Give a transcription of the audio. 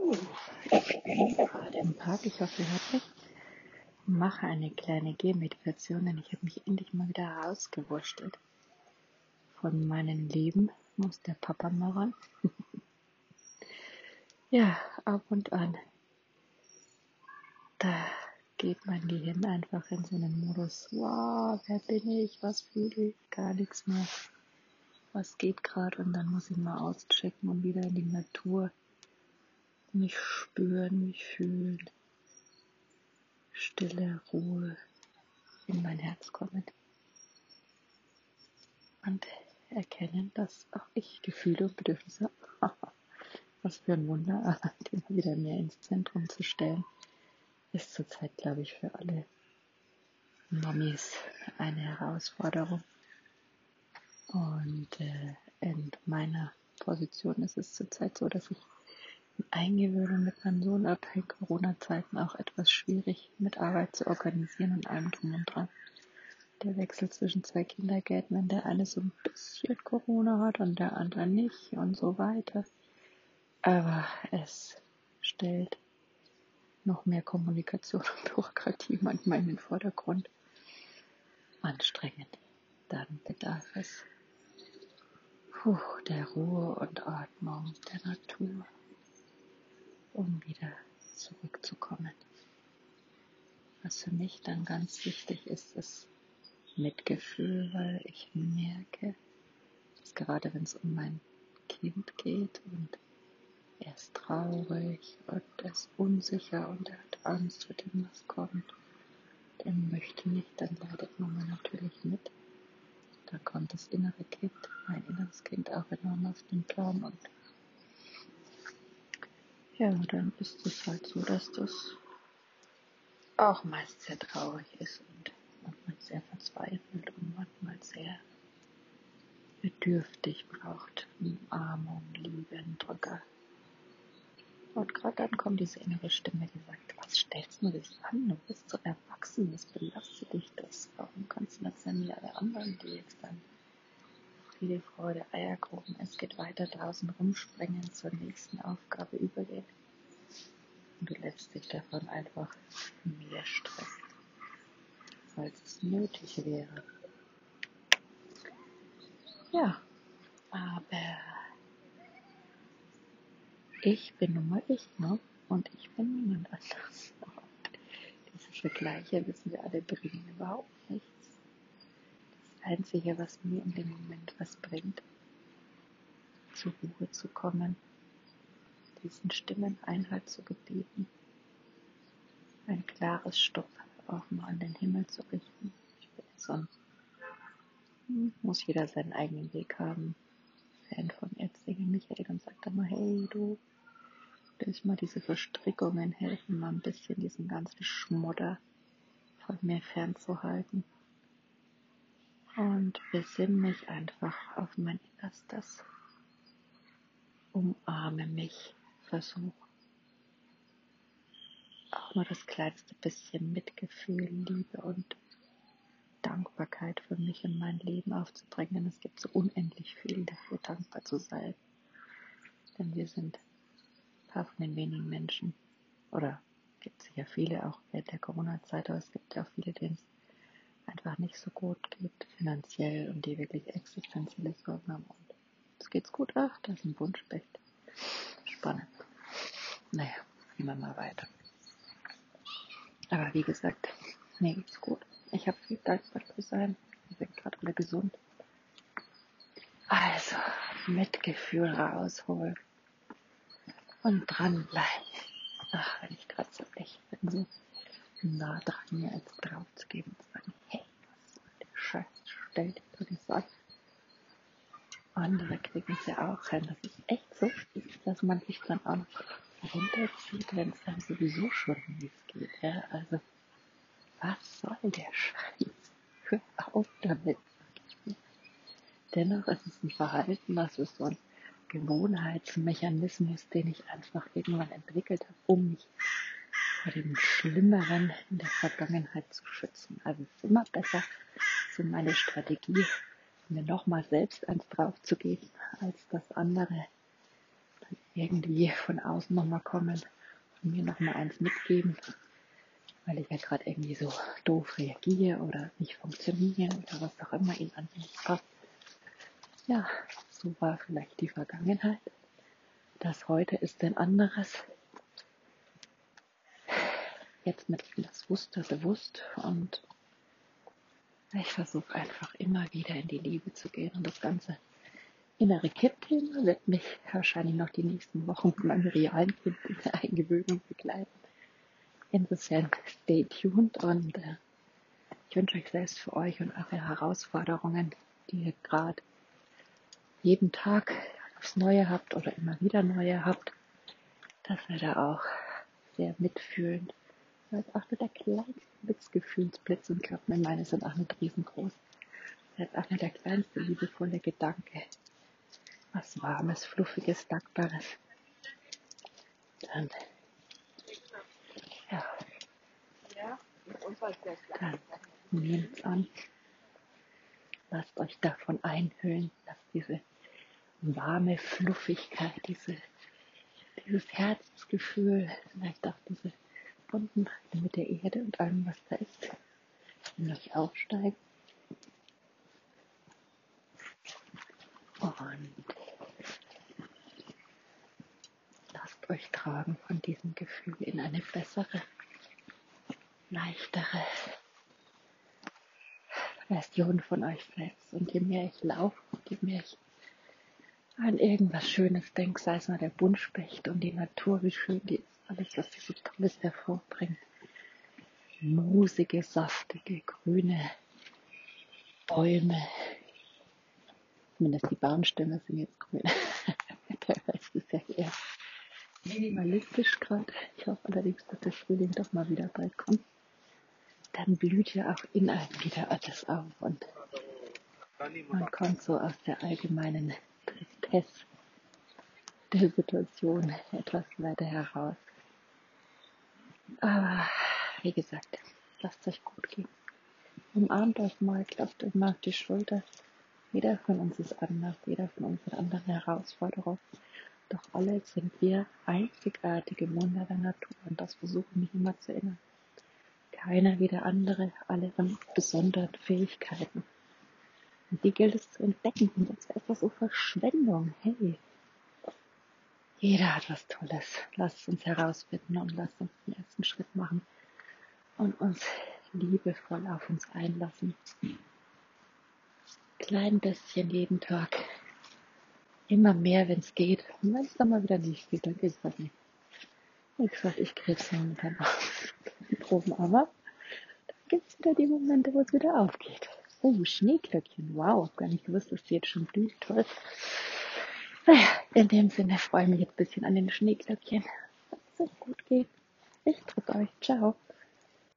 Ich bin gerade im Park, ich hoffe, ihr hört mich. Mache eine kleine Gehmeditation, denn ich habe mich endlich mal wieder rausgewurschtelt. Von meinem Leben muss der Papa mal ran. Ja, ab und an. Da geht mein Gehirn einfach in so einen Modus. Wow, wer bin ich? Was fühle ich? Gar nichts mehr. Was geht gerade? Und dann muss ich mal auschecken und wieder in die Natur. Mich spüren, mich fühlen. Stille, Ruhe in mein Herz kommen. Und erkennen, dass auch ich Gefühle und Bedürfnisse habe. Was für ein Wunder, die mal wieder mehr ins Zentrum zu stellen, ist zurzeit, glaube ich, für alle Mamis eine Herausforderung. Und in meiner Position ist es zurzeit so, dass ich Eingewöhnung mit meinem Sohn ab in Corona-Zeiten auch etwas schwierig mit Arbeit zu organisieren und allem drum und dran. Der Wechsel zwischen zwei Kindergärten, wenn der eine so ein bisschen Corona hat und der andere nicht und so weiter. Aber es stellt noch mehr Kommunikation und Bürokratie manchmal in den Vordergrund. Anstrengend. Dann bedarf es der Ruhe und Atmung der Natur, um wieder zurückzukommen. Was für mich dann ganz wichtig ist, ist Mitgefühl, weil ich merke, dass gerade wenn es um mein Kind geht und er ist traurig und er ist unsicher und er hat Angst vor dem, was kommt, er möchte nicht, dann leidet Mama natürlich mit. Da kommt das innere Kind, mein inneres Kind auch enorm auf den Plan und ja, dann ist es halt so, dass das auch meist sehr traurig ist und manchmal sehr verzweifelt und manchmal sehr bedürftig braucht. Umarmung, Liebe, einen Drücker. Und gerade dann kommt diese innere Stimme, die sagt, was stellst du dich an? Du bist so erwachsen, was belastet dich das? Warum kannst du das denn wie alle anderen, die jetzt dann Friede, Freude, Eierkuchen, es geht weiter draußen rumspringen, zur nächsten Aufgabe übergehen? Und du lässt dich davon einfach mehr stressen, als es nötig wäre. Ja, aber ich bin nun mal ich, ne? Und ich bin niemand anders. Diese Vergleiche, wissen wir alle, bringen überhaupt nichts. Das Einzige, was mir in dem Moment was bringt, zur Ruhe zu kommen, diesen Stimmen Einhalt zu gebieten, ein klares Stopp auch mal an den Himmel zu richten. Ich bin sonst muss jeder seinen eigenen Weg haben. Fan von Erzengel Michael und sagt dann mal, hey du, löse mal diese Verstrickungen, helfen mal ein bisschen diesen ganzen Schmodder von mir fernzuhalten. Und besinne mich einfach auf mein Innerstes. Umarme mich, versuche auch nur das kleinste bisschen Mitgefühl, Liebe und Dankbarkeit für mich in mein Leben aufzubringen. Denn es gibt so unendlich viel dafür dankbar zu sein. Denn wir sind ein paar von den wenigen Menschen, oder es gibt sicher viele auch während der Corona-Zeit, aber es gibt ja auch viele, denen es einfach nicht so gut geht, finanziell und die wirklich existenzielle Sorgen haben. Und es geht's gut, ach, da ist ein Buntspecht. Spannend. Naja, gehen wir mal weiter. Aber wie gesagt, mir geht's gut. Ich habe viel dankbar zu sein. Wir sind gerade alle gesund. Also, Mitgefühl rausholen und dranbleiben. Ach, wenn ich gerade so echt bin, so nah dran, mir jetzt drauf zu geben und zu sagen, hey, was soll der Scheiß, stell dir doch das an. Andere kriegen es ja auch hin, dass es echt so ist, dass man sich dann auch noch runterzieht, wenn es dann sowieso schon mies geht. Ja? Also, was soll der Scheiß? Hör auf damit, sag ich mir. Dennoch ist es ein Verhalten, das ist so ein Gewohnheitsmechanismus, den ich einfach irgendwann entwickelt habe, um mich vor dem Schlimmeren in der Vergangenheit zu schützen. Also es ist immer besser, so meine Strategie, mir nochmal selbst eins draufzugeben, als das andere irgendwie von außen nochmal kommen und mir nochmal eins mitgeben, weil ich ja gerade irgendwie so doof reagiere oder nicht funktioniere oder was auch immer ihnen an mir passt. Ja, so war vielleicht die Vergangenheit. Das heute ist ein anderes. Jetzt mit bewusster bewusst und ich versuche einfach immer wieder in die Liebe zu gehen und das ganze innere Kind-Thema wird mich wahrscheinlich noch die nächsten Wochen mit meinem realen Kind in der Eingewöhnung begleiten. Insofern stay tuned und ich wünsche euch selbst für euch und eure Herausforderungen, die ihr gerade jeden Tag aufs Neue habt oder immer wieder neue habt, dass wir da auch sehr mitfühlend, weil auch nur der kleinste Gefühlsblitz und glaubt mir, meine sind auch nicht riesengroß. Das ist auch nur der kleinste liebevolle Gedanke. Was Warmes, Fluffiges, Dankbares. Dann, ja, dann nehmt's an. Lasst euch davon einhüllen, lasst diese warme Fluffigkeit, dieses Herzensgefühl, vielleicht auch diese Verbundenheit mit der Erde und allem, was da ist, in euch aufsteigen. Und lasst euch tragen von diesem Gefühl in eine bessere, leichtere Version von euch selbst. Und je mehr ich laufe, je mehr ich an irgendwas Schönes denke, sei es mal der Buntspecht und die Natur, wie schön die ist, alles, was sie so Tolles hervorbringt. Moosige, saftige, grüne Bäume. Zumindest die Baumstämme sind jetzt grün. Der Rest ist ja eher minimalistisch gerade. Ich hoffe allerdings, dass der Frühling doch mal wieder bald kommt. Dann blüht ja auch in einem wieder alles auf und man kommt so aus der allgemeinen Tristesse der Situation etwas weiter heraus. Aber wie gesagt, lasst es euch gut gehen. Umarmt euch mal, klopft euch mal auf die Schulter. Jeder von uns ist anders, jeder von uns hat andere Herausforderungen. Doch alle sind wir einzigartige Wunder der Natur und das versuche ich immer zu erinnern. Keiner wie der andere, alle haben besondere Fähigkeiten. Und die gilt es zu entdecken, und sonst wäre das so Verschwendung. Hey, jeder hat was Tolles. Lasst es uns herausfinden und lasst uns den ersten Schritt machen und uns liebevoll auf uns einlassen. Klein bisschen jeden Tag. Immer mehr, wenn es geht. Und wenn es dann mal wieder nicht geht, dann geht es halt nicht. Wie gesagt, ich krebs momentan auf den Proben, aber dann gibt es wieder die Momente, wo es wieder aufgeht. Oh, Schneeglöckchen. Wow, hab gar nicht gewusst, dass die jetzt schon blühen. Toll. Naja, in dem Sinne freue ich mich jetzt ein bisschen an den Schneeglöckchen. Dass es euch gut geht. Ich drücke euch. Ciao.